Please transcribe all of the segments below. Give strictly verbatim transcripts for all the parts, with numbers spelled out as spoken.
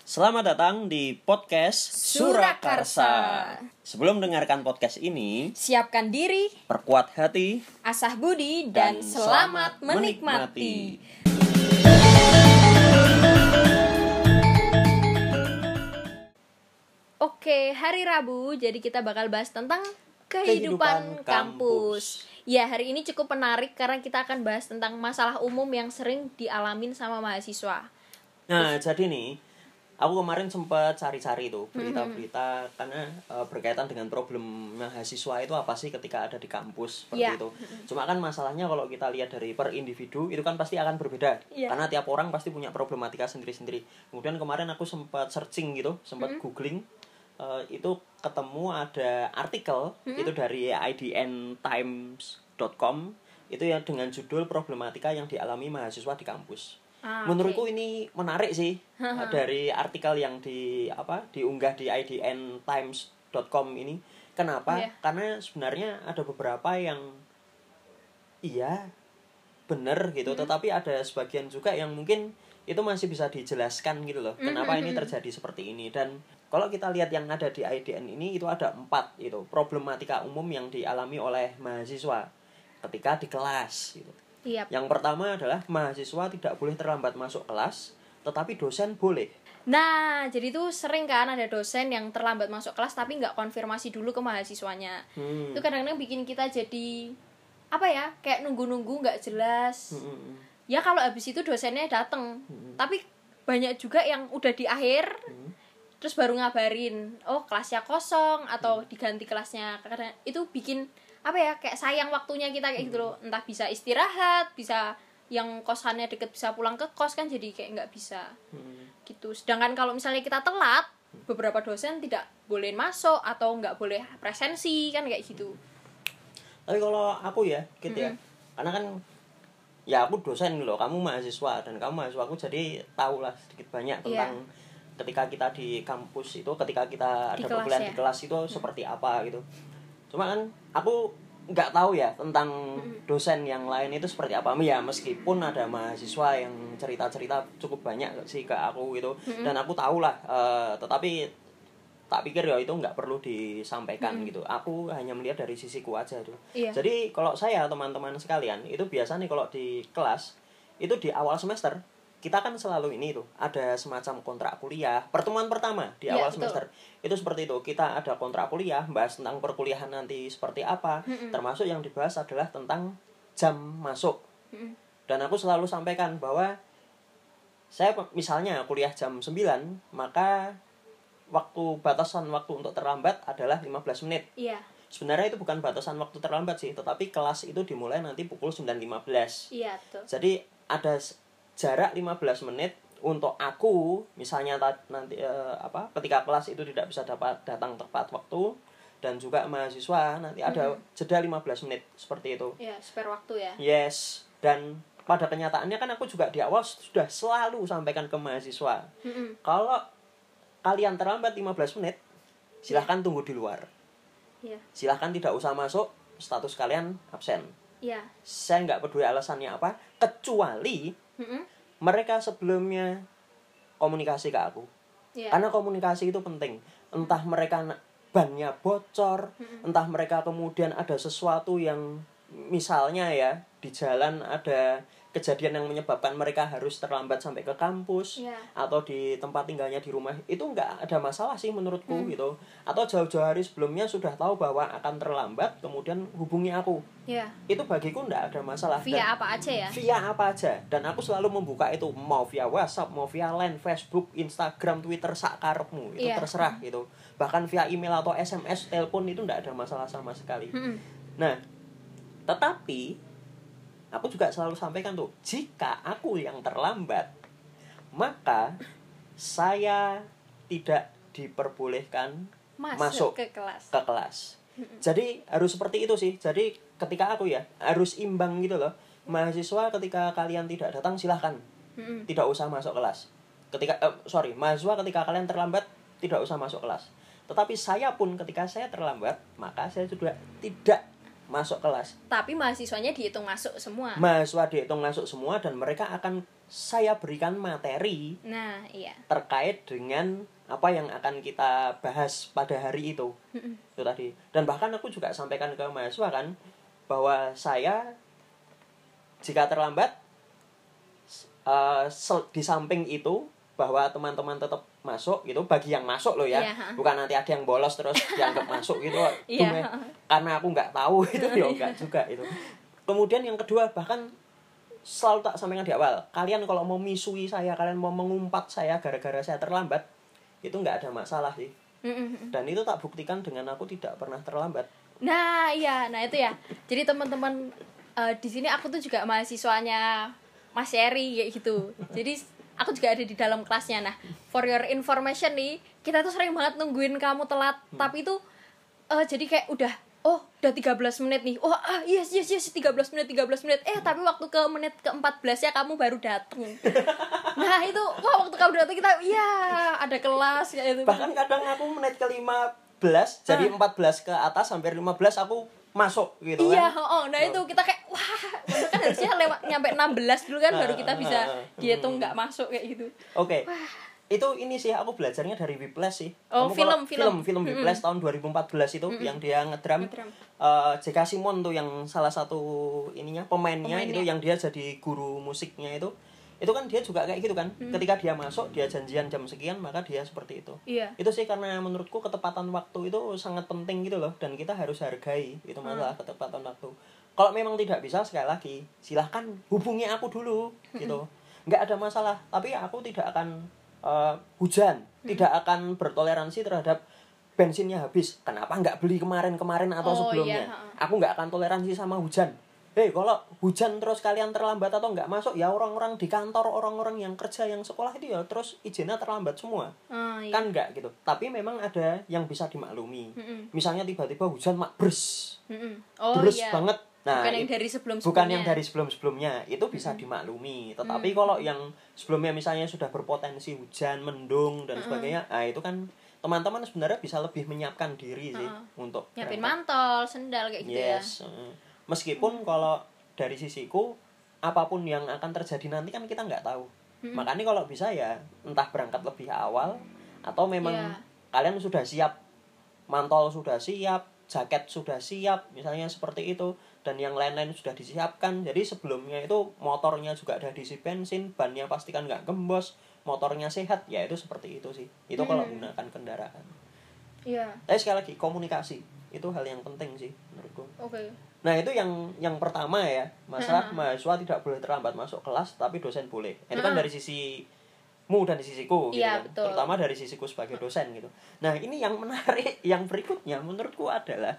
Selamat datang di podcast Surakarsa. Sebelum mendengarkan podcast ini, siapkan diri, perkuat hati, asah budi, dan, dan selamat menikmati. Oke, hari Rabu, jadi kita bakal bahas tentang kehidupan, kehidupan kampus. kampus. Ya, hari ini cukup menarik karena kita akan bahas tentang masalah umum yang sering dialamin sama mahasiswa. Nah, Terus, jadi nih, aku kemarin sempat cari-cari tuh berita-berita mm-hmm. karena e, berkaitan dengan problem mahasiswa itu apa sih ketika ada di kampus seperti yeah. itu. Cuma kan masalahnya kalau kita lihat dari per individu itu kan pasti akan berbeda yeah. karena tiap orang pasti punya problematika sendiri-sendiri. Kemudian kemarin aku sempat searching gitu, sempat mm-hmm. googling e, itu ketemu ada artikel mm-hmm. itu dari i d n times dot com itu yang dengan judul problematika yang dialami mahasiswa di kampus. Ah, menurutku okay. ini menarik sih dari artikel yang di apa diunggah di i d n times dot com ini. Kenapa? Yeah. Karena sebenarnya ada beberapa yang iya benar gitu, mm-hmm. tetapi ada sebagian juga yang mungkin itu masih bisa dijelaskan gitu loh. Mm-hmm. Kenapa ini terjadi seperti ini? Dan kalau kita lihat yang ada di I D N ini itu ada empat itu problematika umum yang dialami oleh mahasiswa ketika di kelas gitu. Yep. Yang pertama adalah mahasiswa tidak boleh terlambat masuk kelas, tetapi dosen boleh. Nah, jadi tuh sering kan ada dosen yang terlambat masuk kelas tapi nggak konfirmasi dulu ke mahasiswanya. Hmm. Itu kadang-kadang bikin kita jadi apa ya, kayak nunggu-nunggu nggak jelas. Hmm. Ya kalau habis itu dosennya datang, hmm. tapi banyak juga yang udah di akhir, hmm. terus baru ngabarin, oh kelasnya kosong atau hmm. diganti kelasnya. Karena itu bikin apa ya, kayak sayang waktunya kita kayak gitu loh. Entah bisa istirahat, bisa yang kosannya deket bisa pulang ke kos kan, jadi kayak nggak bisa hmm. gitu. Sedangkan kalau misalnya kita telat, beberapa dosen tidak boleh masuk atau nggak boleh presensi kan kayak gitu. Tapi kalau aku ya gitu hmm. ya, karena kan ya aku dosen loh, kamu mahasiswa dan kamu mahasiswa aku, jadi tahu lah sedikit banyak tentang yeah. ketika kita di kampus itu, ketika kita ada perkuliahan ya? di kelas itu hmm. seperti apa gitu. Cuma kan aku nggak tahu ya tentang dosen yang lain itu seperti apa. Ya meskipun ada mahasiswa yang cerita-cerita cukup banyak sih ke aku gitu, mm-hmm. dan aku tahu lah, uh, tetapi tak pikir ya itu nggak perlu disampaikan mm-hmm. gitu. Aku hanya melihat dari sisiku aja tuh. Iya. Jadi kalau saya, teman-teman sekalian, itu biasanya kalau di kelas itu di awal semester kita kan selalu ini tuh ada semacam kontrak kuliah pertemuan pertama di ya, awal betul. semester itu seperti itu, kita ada kontrak kuliah, bahas tentang perkuliahan nanti seperti apa, mm-hmm. termasuk yang dibahas adalah tentang jam masuk, mm-hmm. dan aku selalu sampaikan bahwa saya misalnya kuliah jam sembilan, maka waktu batasan waktu untuk terlambat adalah lima belas menit. Iya. Sebenarnya itu bukan batasan waktu terlambat sih, tetapi kelas itu dimulai nanti pukul sembilan lima belas. Iya, betul. Jadi ada jarak lima belas menit untuk aku misalnya nanti eh, apa ketika kelas itu tidak bisa dapat datang tepat waktu, dan juga mahasiswa nanti ada mm-hmm. jeda lima belas menit seperti itu. Ya, spare waktu ya. Yes, dan pada kenyataannya kan aku juga di awal sudah selalu sampaikan ke mahasiswa. Mm-hmm. Kalau kalian terlambat lima belas menit, silahkan yeah. tunggu di luar. Yeah. Silahkan tidak usah masuk, status kalian absen. Yeah. Saya nggak peduli alasannya apa, kecuali mm-hmm. mereka sebelumnya komunikasi ke aku. Yeah. Karena komunikasi itu penting. Entah mereka bannya bocor, mm-hmm. entah mereka kemudian ada sesuatu yang misalnya ya di jalan ada kejadian yang menyebabkan mereka harus terlambat sampai ke kampus, yeah. atau di tempat tinggalnya di rumah, itu nggak ada masalah sih menurutku hmm. gitu. Atau jauh-jauh hari sebelumnya sudah tahu bahwa akan terlambat, kemudian hubungi aku, yeah. itu bagiku nggak ada masalah. Via dan apa aja ya? Via apa aja. Dan aku selalu membuka itu, mau via WhatsApp, mau via Line, Facebook, Instagram, Twitter, sakarepmu, itu yeah. terserah gitu. Bahkan via email atau S M S, telepon, itu nggak ada masalah sama sekali. Hmm. Nah, tetapi aku juga selalu sampaikan tuh, jika aku yang terlambat, maka saya tidak diperbolehkan masuk, masuk ke kelas. Ke kelas. Jadi harus seperti itu sih. Jadi ketika aku ya harus imbang gitu loh. Mahasiswa ketika kalian tidak datang silahkan, mm-hmm. tidak usah masuk kelas. Ketika eh, sorry, mahasiswa ketika kalian terlambat tidak usah masuk kelas. Tetapi saya pun ketika saya terlambat, maka saya sudah tidak masuk kelas. Tapi mahasiswanya dihitung masuk semua. Mahasiswa dihitung masuk semua, dan mereka akan saya berikan materi Nah, iya. terkait dengan apa yang akan kita bahas pada hari itu. Itu tadi. Dan bahkan aku juga sampaikan ke mahasiswa kan bahwa saya jika terlambat uh, di samping itu bahwa teman-teman tetap masuk gitu, bagi yang masuk loh ya, yeah. Bukan nanti ada yang bolos terus dianggap masuk gitu, yeah. Karena aku nggak tahu itu ya enggak juga itu. Kemudian yang kedua, bahkan selalu tak sampaikan di awal, kalian kalau mau misui saya, kalian mau mengumpat saya gara-gara saya terlambat, itu nggak ada masalah sih. Dan itu tak buktikan dengan aku tidak pernah terlambat. Nah iya, nah itu ya. Jadi teman-teman uh, di sini aku tuh juga mahasiswanya Mas Eri kayak gitu. Jadi aku juga ada di dalam kelasnya. Nah, for your information nih, kita tuh sering banget nungguin kamu telat, hmm. tapi itu uh, jadi kayak udah oh, udah tiga belas menit nih. Oh, ah yes yes yes tiga belas menit, tiga belas menit. Eh, tapi waktu ke menit ke empat belas ya kamu baru datang. Nah, itu wah waktu kamu datang kita ya ada kelas kayak itu. Bahkan kadang aku menit ke lima belas, jadi ah. empat belas ke atas hampir lima belas aku masuk gitu iya, kan. Iya, oh, nah oh. Itu kita kayak wah, kan harusnya lewat nyampe enam belas dulu kan baru kita bisa dihitung nggak masuk kayak gitu. Oke. Okay. Itu ini sih aku belajarnya dari Whiplash sih. Oh, film, film film film Whiplash mm-hmm. tahun dua ribu empat belas itu mm-hmm. yang dia ngedram uh, J K Simmons tuh yang salah satu ininya pemainnya, pemainnya itu yang dia jadi guru musiknya itu. Itu kan dia juga kayak gitu kan. Hmm. Ketika dia masuk, dia janjian jam sekian, maka dia seperti itu. Iya. Itu sih karena menurutku ketepatan waktu itu sangat penting gitu loh, dan kita harus hargai itu masalah hmm. ketepatan waktu. Kalau memang tidak bisa, sekali lagi silahkan hubungi aku dulu gitu. Nggak ada masalah, tapi aku tidak akan uh, hujan, hmm. tidak akan bertoleransi terhadap bensinnya habis. Kenapa nggak beli kemarin-kemarin atau oh, sebelumnya? Iya. Aku nggak akan toleransi sama hujan. Hei, kalau hujan terus kalian terlambat atau nggak masuk, ya orang-orang di kantor, orang-orang yang kerja, yang sekolah itu ya terus izinnya terlambat semua. Oh, iya. Kan nggak gitu. Tapi memang ada yang bisa dimaklumi. Mm-mm. Misalnya tiba-tiba hujan mak bers. Oh, Bers iya. banget. Nah, bukan yang dari sebelum-sebelumnya. Bukan yang dari sebelum-sebelumnya. Itu bisa Mm-mm. dimaklumi. Tetapi Mm-mm. kalau yang sebelumnya misalnya sudah berpotensi hujan, mendung dan Mm-mm. sebagainya, nah itu kan teman-teman sebenarnya bisa lebih menyiapkan diri sih uh-uh. untuk nyiapin mantel, sendal kayak gitu yes. ya. Yes. Meskipun hmm. kalau dari sisiku apapun yang akan terjadi nanti kan kita nggak tahu. Hmm. Makanya kalau bisa ya entah berangkat lebih awal atau memang yeah. kalian sudah siap, mantol sudah siap, jaket sudah siap, misalnya seperti itu, dan yang lain-lain sudah disiapkan. Jadi sebelumnya itu motornya juga ada diisi bensin, bannya pastikan nggak gembos, motornya sehat, ya itu seperti itu sih. Itu hmm. kalau menggunakan kendaraan. Iya. Yeah. Tapi sekali lagi komunikasi itu hal yang penting sih menurutku. Oke. Okay. Nah itu yang yang pertama ya, masalah uh-huh. mahasiswa tidak boleh terlambat masuk kelas, tapi dosen boleh. Itu uh-huh. kan dari sisimu dan sisiku gitu yeah, kan. Betul. Terutama dari sisiku sebagai dosen gitu. Nah ini yang menarik, yang berikutnya menurutku adalah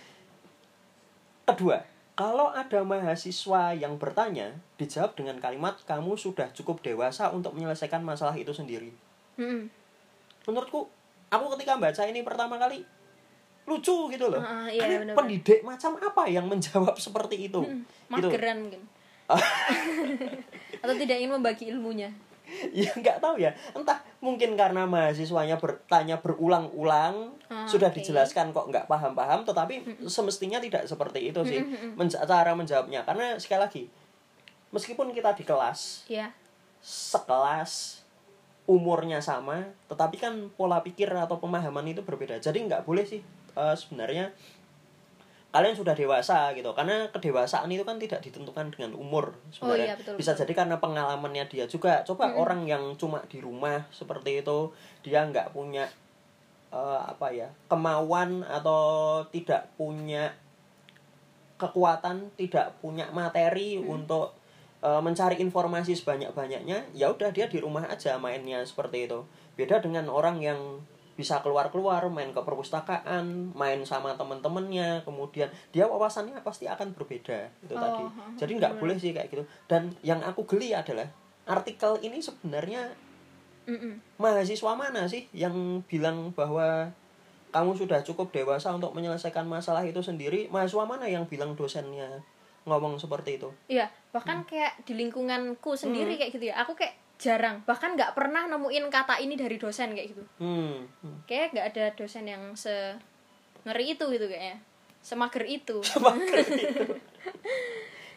kedua, kalau ada mahasiswa yang bertanya, dijawab dengan kalimat kamu sudah cukup dewasa untuk menyelesaikan masalah itu sendiri. Hmm. Menurutku, aku ketika baca ini pertama kali lucu gitu loh. Uh, iya, bener-bener. Pendidik macam apa yang menjawab seperti itu? Hmm, mageran gitu. Mungkin. Atau tidak ingin membagi ilmunya. Ya nggak tahu ya. Entah mungkin karena mahasiswanya bertanya berulang-ulang, uh, sudah okay. dijelaskan kok nggak paham-paham, tetapi mm-mm. semestinya tidak seperti itu sih. Menja- cara menjawabnya. Karena sekali lagi, meskipun kita di kelas, yeah. sekelas, umurnya sama, tetapi kan pola pikir atau pemahaman itu berbeda. Jadi nggak boleh sih Uh, sebenarnya kalian sudah dewasa gitu, karena kedewasaan itu kan tidak ditentukan dengan umur sebenarnya. Oh, iya, betul, bisa betul. Jadi karena pengalamannya dia juga. Coba mm-hmm. orang yang cuma di rumah seperti itu, dia nggak punya uh, apa ya kemauan atau tidak punya kekuatan, tidak punya materi mm-hmm. untuk uh, mencari informasi sebanyak-banyaknya, ya udah dia di rumah aja mainnya seperti itu. Beda dengan orang yang bisa keluar-keluar, main ke perpustakaan, main sama teman-temannya, kemudian dia wawasannya pasti akan berbeda itu oh, tadi. Jadi nggak boleh sih kayak gitu. Dan yang aku geli adalah artikel ini sebenarnya Mm-mm. mahasiswa mana sih yang bilang bahwa kamu sudah cukup dewasa untuk menyelesaikan masalah itu sendiri? Mahasiswa mana yang bilang dosennya ngomong seperti itu? Iya, bahkan hmm. kayak di lingkunganku sendiri hmm. kayak gitu ya. Aku kayak jarang, bahkan nggak pernah nemuin kata ini dari dosen kayak gitu. Hmm. Hmm. Kayak nggak ada dosen yang se ngeri itu gitu kayaknya, semager itu. Semager itu.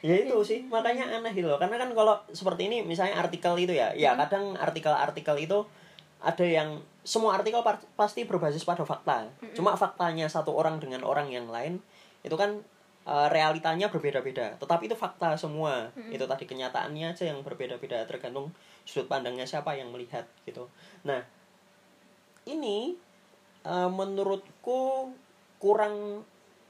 Ya itu sih, makanya aneh gitu loh. Karena kan kalau seperti ini misalnya artikel itu ya, ya kadang artikel-artikel itu ada yang semua artikel pasti berbasis pada fakta. Cuma faktanya satu orang dengan orang yang lain itu kan uh, realitanya berbeda-beda. Tetapi itu fakta semua. Itu tadi kenyataannya aja yang berbeda-beda tergantung sudut pandangnya siapa yang melihat gitu. Nah, ini uh, menurutku kurang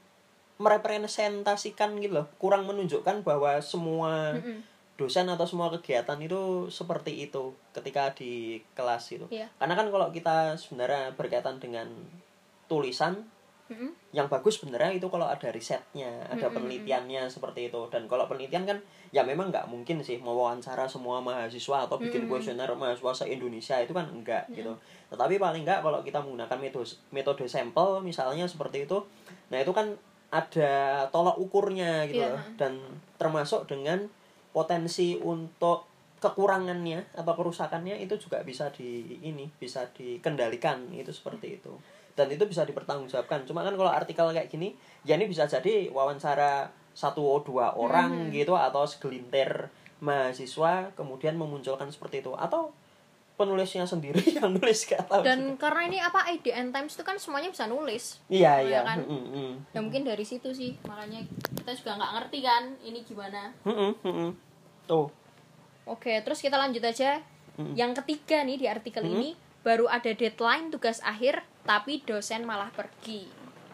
merepresentasikan gitu loh, kurang menunjukkan bahwa semua mm-mm. dosen atau semua kegiatan itu seperti itu ketika di kelas gitu. Yeah. Karena kan kalau kita sebenarnya berkaitan dengan tulisan, mm-hmm. yang bagus sebenarnya itu kalau ada risetnya, ada mm-hmm. penelitiannya seperti itu. Dan kalau penelitian kan ya memang nggak mungkin sih mewawancara semua mahasiswa atau bikin kuesioner mm-hmm. mahasiswa se-Indonesia, itu kan enggak mm-hmm. gitu. Tetapi paling enggak kalau kita menggunakan metode metode sampel misalnya seperti itu, nah itu kan ada tolak ukurnya gitu yeah. loh. Dan termasuk dengan potensi untuk kekurangannya atau kerusakannya itu juga bisa di ini bisa dikendalikan, itu seperti itu. Dan itu bisa dipertanggungjawabkan. Cuma kan kalau artikel kayak gini ya ini bisa jadi wawancara satu dua orang mm-hmm. gitu, atau segelintir mahasiswa kemudian memunculkan seperti itu, atau penulisnya sendiri yang nulis, gak tahu. Dan juga. Karena ini apa I D N Times itu kan semuanya bisa nulis. Iya iya. Kan? Mm-hmm. Ya mungkin dari situ sih, makanya kita juga nggak ngerti kan ini gimana. Mm-hmm. Tuh. Oke, terus kita lanjut aja. Mm-hmm. Yang ketiga nih di artikel mm-hmm. ini, baru ada deadline tugas akhir tapi dosen malah pergi.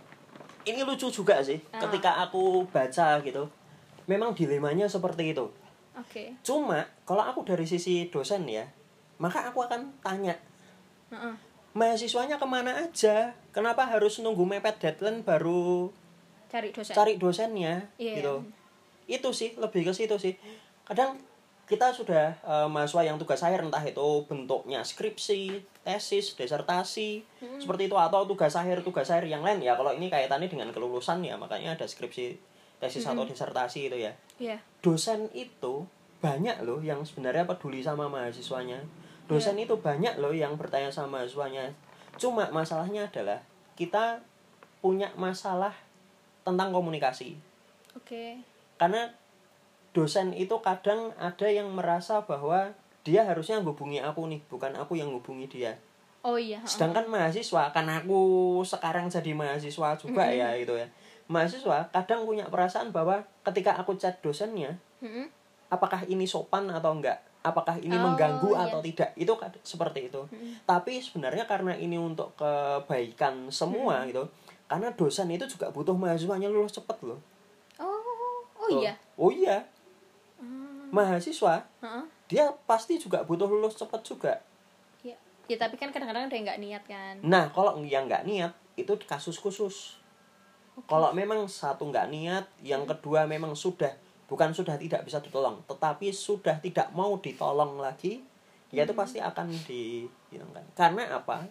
Ini lucu juga sih, ah. ketika aku baca gitu. Memang dilemanya seperti itu. Oke. Okay. Cuma kalau aku dari sisi dosen ya, maka aku akan tanya, uh-uh. mahasiswanya kemana aja? Kenapa harus nunggu mepet deadline baru cari dosen? Cari dosennya, yeah. gitu. Itu sih, lebih ke situ sih. Kadang kita sudah uh, mahasiswa yang tugas akhir, entah itu bentuknya skripsi, tesis, disertasi, hmm. seperti itu, atau tugas akhir tugas akhir yang lain ya. Kalau ini kaitannya dengan kelulusan ya, makanya ada skripsi, tesis hmm. atau disertasi itu ya. Yeah. Dosen itu banyak loh yang sebenarnya peduli sama mahasiswanya. Dosen yeah. itu banyak loh yang bertanya sama mahasiswanya. Cuma masalahnya adalah kita punya masalah tentang komunikasi. Oke. Okay. Karena dosen itu kadang ada yang merasa bahwa dia harusnya hubungi aku nih, bukan aku yang hubungi dia. Oh iya. Sedangkan mahasiswa, kan aku sekarang jadi mahasiswa juga mm-hmm. ya gitu ya. Mahasiswa kadang punya perasaan bahwa ketika aku chat dosennya, mm-hmm. apakah ini sopan atau enggak? Apakah ini oh, mengganggu iya. atau tidak? Itu seperti itu. Mm-hmm. Tapi sebenarnya karena ini untuk kebaikan semua mm-hmm. gitu. Karena dosen itu juga butuh mahasiswanya lulus cepat loh. Oh, oh Tuh. iya. Oh iya. Hmm. Mahasiswa, uh-uh. dia pasti juga butuh lulus cepat juga. Ya, ya tapi kan kadang-kadang ada yang nggak niat kan. Nah, kalau yang nggak niat itu kasus khusus. Okay. Kalau memang satu nggak niat, yang hmm. kedua memang sudah bukan sudah tidak bisa ditolong, tetapi sudah tidak mau ditolong lagi, hmm. ya itu pasti akan dihilangkan. Karena apa?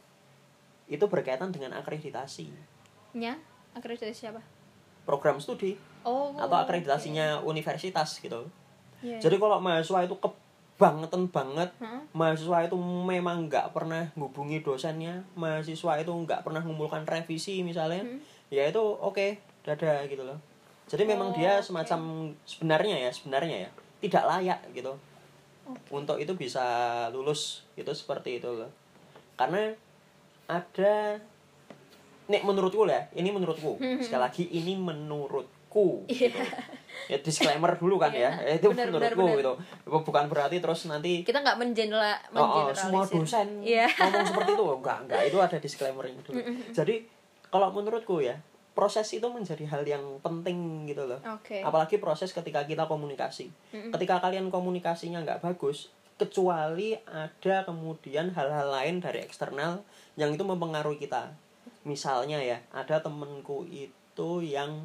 Itu berkaitan dengan akreditasi. Ya, akreditasi apa? Program studi. Oh, atau akreditasinya okay. universitas gitu. Yeah. Jadi kalau mahasiswa itu kebangetan banget, huh? mahasiswa itu memang nggak pernah hubungi dosennya, mahasiswa itu nggak pernah mengumpulkan revisi misalnya, hmm. ya itu oke, okay, dadah gitu loh. Jadi memang oh, dia semacam okay. sebenarnya ya, sebenarnya ya tidak layak gitu okay. untuk itu bisa lulus itu seperti itu loh. Karena ada, nek menurutku lah, ini menurutku sekali lagi ini menurutku. Yeah. Gitu. Ya disclaimer dulu kan yeah. ya, itu bener, menurutku bener, gitu. Bukan berarti terus nanti kita nggak mengeneral, oh, oh, semua dosen yeah. ngomong seperti itu, enggak enggak itu ada disclaimernya dulu. Jadi kalau menurutku ya proses itu menjadi hal yang penting gitu loh. Okay. Apalagi proses ketika kita komunikasi. Mm-mm. Ketika kalian komunikasinya nggak bagus, kecuali ada kemudian hal-hal lain dari eksternal yang itu mempengaruhi kita. Misalnya ya, ada temenku itu yang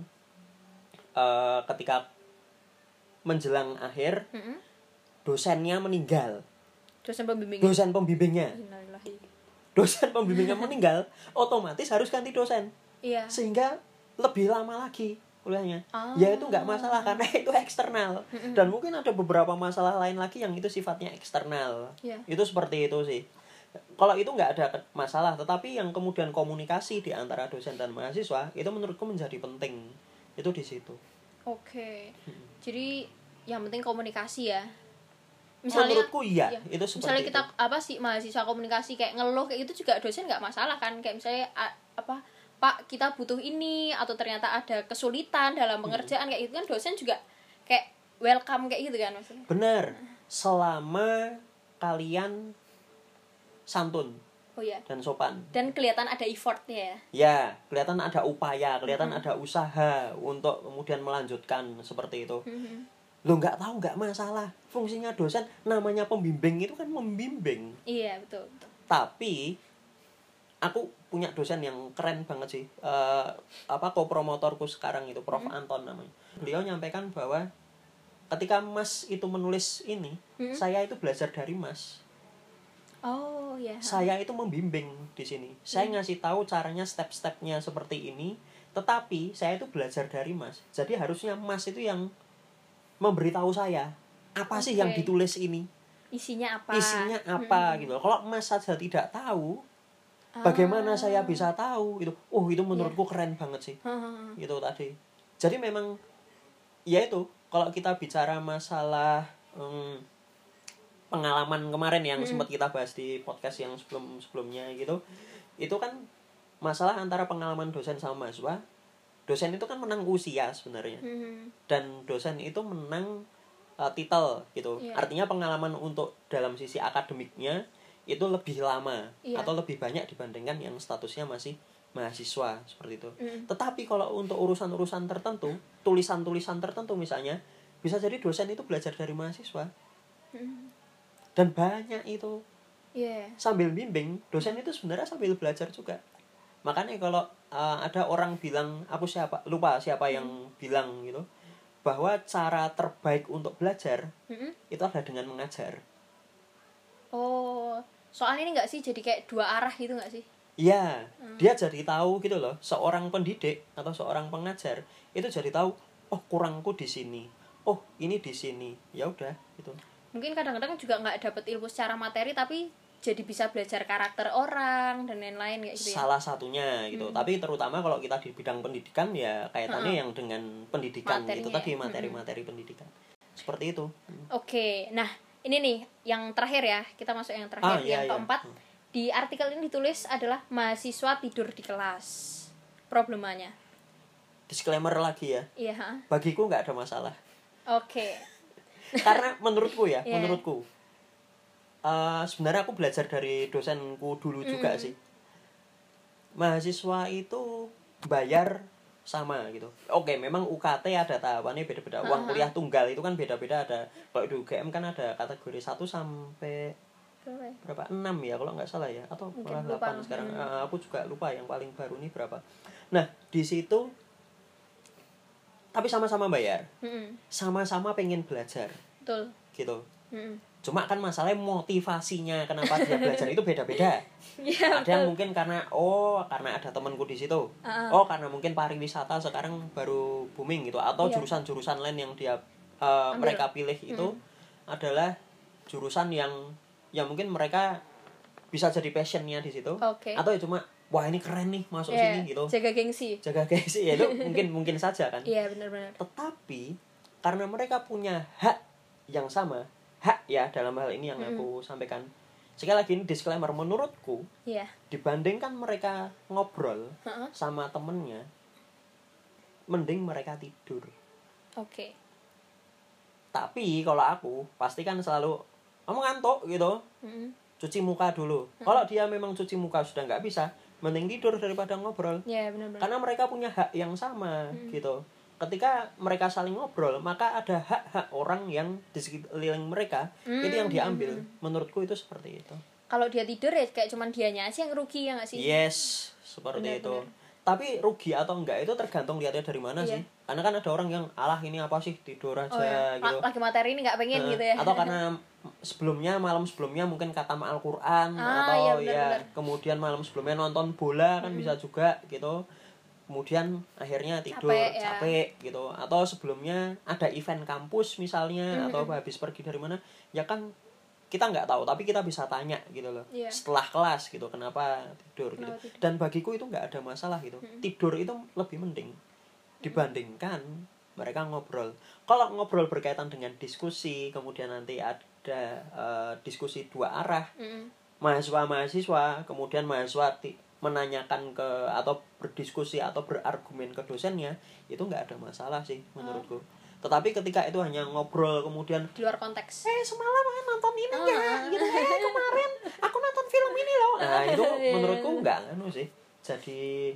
uh, ketika menjelang akhir, mm-hmm. dosennya meninggal. Dosen pembimbingnya. Dosen pembimbingnya. Dosen pembimbingnya meninggal, otomatis harus ganti dosen. Iya. Sehingga lebih lama lagi kuliahnya. Oh. Ya itu nggak masalah karena itu eksternal. Mm-hmm. Dan mungkin ada beberapa masalah lain lagi yang itu sifatnya eksternal. Yeah. Itu seperti itu sih. Kalau itu nggak ada masalah, tetapi yang kemudian komunikasi di antara dosen dan mahasiswa itu menurutku menjadi penting. Itu di situ. Oke. Okay. Hmm. Jadi yang penting komunikasi ya. Misalnya, menurutku iya, iya. itu seperti misalnya kita itu. apa sih mahasiswa komunikasi kayak ngeluh kayak gitu juga dosen nggak masalah kan, kayak misalnya a, apa Pak kita butuh ini atau ternyata ada kesulitan dalam pengerjaan hmm. kayak gitu kan dosen juga kayak welcome kayak gitu kan maksudnya. Benar, selama kalian santun oh, iya. dan sopan dan kelihatan ada effortnya ya. Ya, kelihatan ada upaya, kelihatan hmm. ada usaha untuk kemudian melanjutkan seperti itu. Hmm. Lo nggak tahu nggak masalah, fungsinya dosen namanya pembimbing itu kan membimbing. Iya betul, betul. Tapi aku punya dosen yang keren banget sih, uh, apa kopromotorku sekarang itu Prof hmm. Anton namanya. Beliau nyampaikan bahwa ketika Mas itu menulis ini, hmm. saya itu belajar dari Mas. Oh ya. Saya itu membimbing di sini. Hmm. Saya ngasih tahu caranya step-stepnya seperti ini, tetapi saya itu belajar dari Mas. Jadi harusnya Mas itu yang memberitahu saya apa okay. sih yang ditulis ini, isinya apa isinya apa hmm. gitu. Kalau Mas saja tidak tahu, ah. bagaimana saya bisa tahu itu? Oh itu menurutku yeah. keren banget sih, hmm. gitu tadi. Jadi memang ya itu kalau kita bicara masalah hmm, pengalaman kemarin yang hmm. sempat kita bahas di podcast yang sebelum sebelumnya gitu, itu kan masalah antara pengalaman dosen sama mahasiswa. Dosen itu kan menang usia sebenarnya, hmm. dan dosen itu menang uh, titel gitu. Yeah. Artinya pengalaman untuk dalam sisi akademiknya itu lebih lama yeah. atau lebih banyak dibandingkan yang statusnya masih mahasiswa seperti itu. Mm. Tetapi kalau untuk urusan-urusan tertentu, tulisan-tulisan tertentu misalnya, bisa jadi dosen itu belajar dari mahasiswa, mm. dan banyak itu. Yeah. Sambil bimbing, dosen itu sebenarnya sambil belajar juga. Makanya kalau uh, ada orang bilang, aku siapa lupa siapa yang hmm. bilang gitu, bahwa cara terbaik untuk belajar hmm. itu adalah dengan mengajar. Oh, soalnya ini nggak sih jadi kayak dua arah gitu nggak sih? Iya, hmm. dia jadi tahu gitu loh. Seorang pendidik atau seorang pengajar itu jadi tahu, oh kurangku di sini, oh ini di sini, ya udah gitu. Mungkin kadang-kadang juga nggak dapet ilmu secara materi tapi jadi bisa belajar karakter orang dan lain-lain kayak gitu ya. Salah satunya gitu. Hmm. Tapi terutama kalau kita di bidang pendidikan ya kaitannya hmm. yang dengan pendidikan itu tadi materi-materi hmm. pendidikan. Seperti itu. Hmm. Oke. Nah, ini nih yang terakhir ya. Kita masuk yang terakhir, ah, iya, yang keempat. Iya. Hmm. Di artikel ini ditulis adalah mahasiswa tidur di kelas. Problemanya. Disclaimer lagi ya. Iya, ha? Bagiku nggak ada masalah. Oke. Karena menurutku ya, yeah. menurutku Uh, sebenarnya aku belajar dari dosenku dulu mm. juga sih. Mahasiswa itu bayar sama gitu. Oke, memang U K T ada tahapannya beda-beda. Uh-huh. Uang kuliah tunggal itu kan beda-beda ada. Kalau di U G M kan ada kategori satu sampai berapa? berapa? enam ya kalau nggak salah ya, atau malah delapan sekarang. Hmm. Uh, aku juga lupa yang paling baru nih berapa. Nah, di situ tapi sama-sama bayar. Mm-mm. Sama-sama pengen belajar. Betul. Gitu. Mm-mm. Cuma kan masalahnya motivasinya kenapa dia belajar itu beda-beda. Ya, ada yang mungkin karena oh karena ada temanku di situ. Uh-uh. Oh karena mungkin pariwisata sekarang baru booming gitu, atau yeah. jurusan-jurusan lain yang dia uh, mereka pilih itu hmm. adalah jurusan yang yang mungkin mereka bisa jadi passionnya di situ. Okay. Atau ya cuma wah ini keren nih masuk yeah. sini gitu. Jaga gengsi. Jaga gengsi ya itu mungkin mungkin saja kan. Iya yeah, benar-benar. Tetapi karena mereka punya hak yang sama. Hak ya dalam hal ini yang hmm. aku sampaikan. Sekali lagi ini disclaimer menurutku. Yeah. Dibandingkan mereka ngobrol uh-uh. sama temennya, mending mereka tidur. Oke. Okay. Tapi kalau aku pasti kan selalu kamu ngantuk gitu. Hmm. Cuci muka dulu. Hmm. Kalau dia memang cuci muka sudah nggak bisa, mending tidur daripada ngobrol. Iya yeah, benar-benar. Karena mereka punya hak yang sama hmm. gitu. Ketika mereka saling ngobrol, maka ada hak-hak orang yang di sekeliling mereka mm, itu yang diambil. Mm. Menurutku itu seperti itu. Kalau dia tidur ya kayak cuman dianya aja yang rugi ya nggak sih? Yes, seperti benar, itu. Benar. Tapi rugi atau enggak itu tergantung lihatnya dari mana iya. sih. Karena kan ada orang yang alah ini apa sih tidur aja oh, iya. gitu. Lagi materi ini nggak pengen nah, gitu ya. Atau karena sebelumnya malam sebelumnya mungkin khatam Al-Qur'an ah, atau iya, benar, ya benar. Kemudian malam sebelumnya nonton bola kan hmm. bisa juga gitu. Kemudian akhirnya tidur capek, ya. capek gitu, atau sebelumnya ada event kampus misalnya mm-hmm. atau habis pergi dari mana ya kan kita nggak tahu, tapi kita bisa tanya gitu loh yeah. setelah kelas gitu kenapa tidur gitu. Dan bagiku itu nggak ada masalah gitu. Mm-hmm. Tidur itu lebih mending dibandingkan mereka ngobrol. Kalau ngobrol berkaitan dengan diskusi, kemudian nanti ada uh, diskusi dua arah, mm-hmm. mahasiswa-mahasiswa, kemudian mahasiswa ti- menanyakan ke atau berdiskusi atau berargumen ke dosennya, itu nggak ada masalah sih menurutku. Oh. Tetapi ketika itu hanya ngobrol kemudian di luar konteks, eh semalam nonton ini oh, ya, gitu, eh kemarin aku nonton film ini loh, nah itu menurutku nggak anu sih. Jadi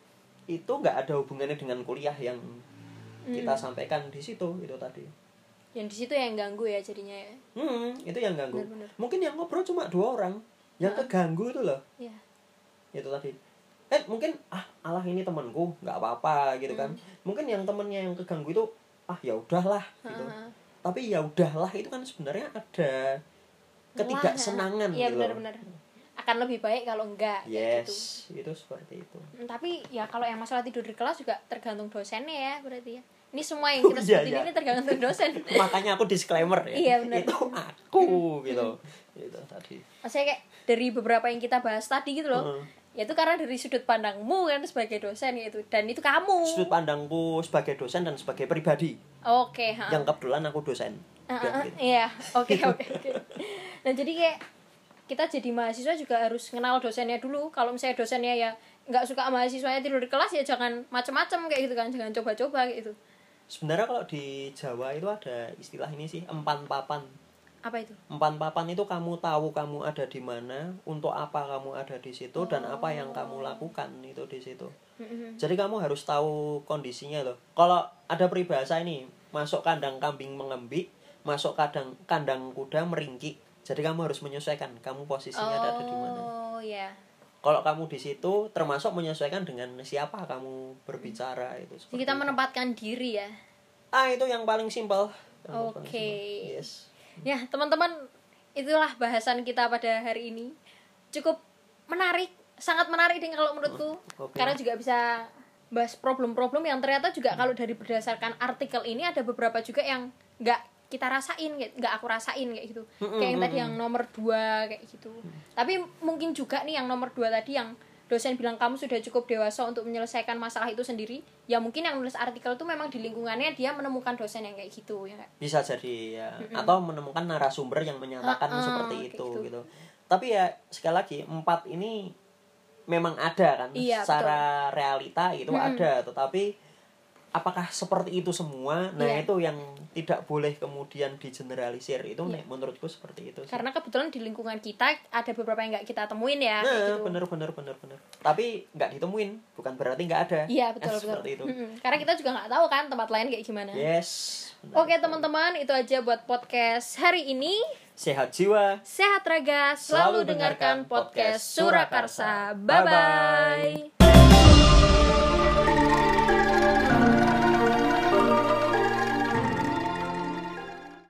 itu nggak ada hubungannya dengan kuliah yang kita hmm. sampaikan di situ itu tadi. Yang di situ yang ganggu ya jadinya ya. Hmm, itu yang ganggu. Bener-bener. Mungkin yang ngobrol cuma dua orang, yang nah. keganggu itu loh. Iya. Itu tadi. Eh mungkin ah alah ini temanku, nggak apa-apa gitu hmm. kan. Mungkin yang temennya yang keganggu itu ah ya udahlah gitu. Uh-huh. Tapi ya udahlah itu kan sebenarnya ada ketidaksenangan ya, gitu. Iya benar-benar. Akan lebih baik kalau enggak yes, gitu. Itu seperti itu. Hmm, tapi ya kalau yang masalah tidur di kelas juga tergantung dosennya ya berarti ya. Ini semua yang kita oh, sebutin iya, iya. ini tergantung dosen. Makanya aku disclaimer ya. Iya, benar. Itu aku gitu. Itu tadi. Maksudnya kayak dari beberapa yang kita bahas tadi gitu loh. Uh-huh. Ya itu karena dari sudut pandangmu kan sebagai dosen gitu, dan itu kamu. Sudut pandangku sebagai dosen dan sebagai pribadi. Oke, okay, yang kebetulan aku dosen. Uh, uh, gitu. Iya, oke oke oke. Nah, jadi kayak kita jadi mahasiswa juga harus kenal dosennya dulu. Kalau misalnya dosennya ya nggak suka mahasiswanya tidur di kelas ya jangan macam-macam kayak gitu kan, jangan coba-coba kayak gitu. Sebenarnya kalau di Jawa itu ada istilah ini sih, empan papan. Apa itu? Empan papan itu kamu tahu kamu ada di mana, untuk apa kamu ada di situ, oh. dan apa yang kamu lakukan itu di situ. Mm-hmm. Jadi kamu harus tahu kondisinya loh. Kalau ada peribahasa ini, masuk kandang kambing mengembik, masuk kandang kandang kuda meringkik. Jadi kamu harus menyesuaikan kamu posisinya oh, ada di mana. Oh ya. Yeah. Kalau kamu di situ termasuk menyesuaikan dengan siapa kamu berbicara itu. Jadi kita menempatkan diri ya. Ah itu yang paling simpel. Oke. Okay. Yes. Ya teman-teman, itulah bahasan kita pada hari ini. Cukup menarik, sangat menarik nih kalau menurutku. Okay. Karena juga bisa bahas problem-problem yang ternyata juga hmm. kalau dari berdasarkan artikel ini ada beberapa juga yang nggak kita rasain, nggak aku rasain kayak gitu. Hmm, kayak yang hmm, tadi yang nomor dua kayak gitu. Hmm. Tapi mungkin juga nih yang nomor dua tadi yang dosen bilang kamu sudah cukup dewasa untuk menyelesaikan masalah itu sendiri. Ya mungkin yang nulis artikel itu memang di lingkungannya dia menemukan dosen yang kayak gitu ya. Bisa jadi ya. Mm-hmm. Atau menemukan narasumber yang menyatakan uh, uh, seperti itu gitu. gitu. Tapi ya sekali lagi empat ini memang ada kan, iya, secara betul. Realita itu mm-hmm. ada, tetapi apakah seperti itu semua? Nah, yeah. itu yang tidak boleh kemudian digeneralisir. Itu yeah. menurutku seperti itu sih. Karena kebetulan di lingkungan kita ada beberapa yang nggak kita temuin ya. Nah, gitu. bener bener bener bener. Tapi nggak ditemuin, bukan berarti nggak ada. Iya, betul eh, betul. Seperti itu. Mm-hmm. Karena kita juga nggak tahu kan tempat lain kayak gimana. Yes. Oke, teman-teman, itu aja buat podcast hari ini. Sehat jiwa, sehat raga. Selalu, Selalu dengarkan podcast Surakarsa. Bye bye.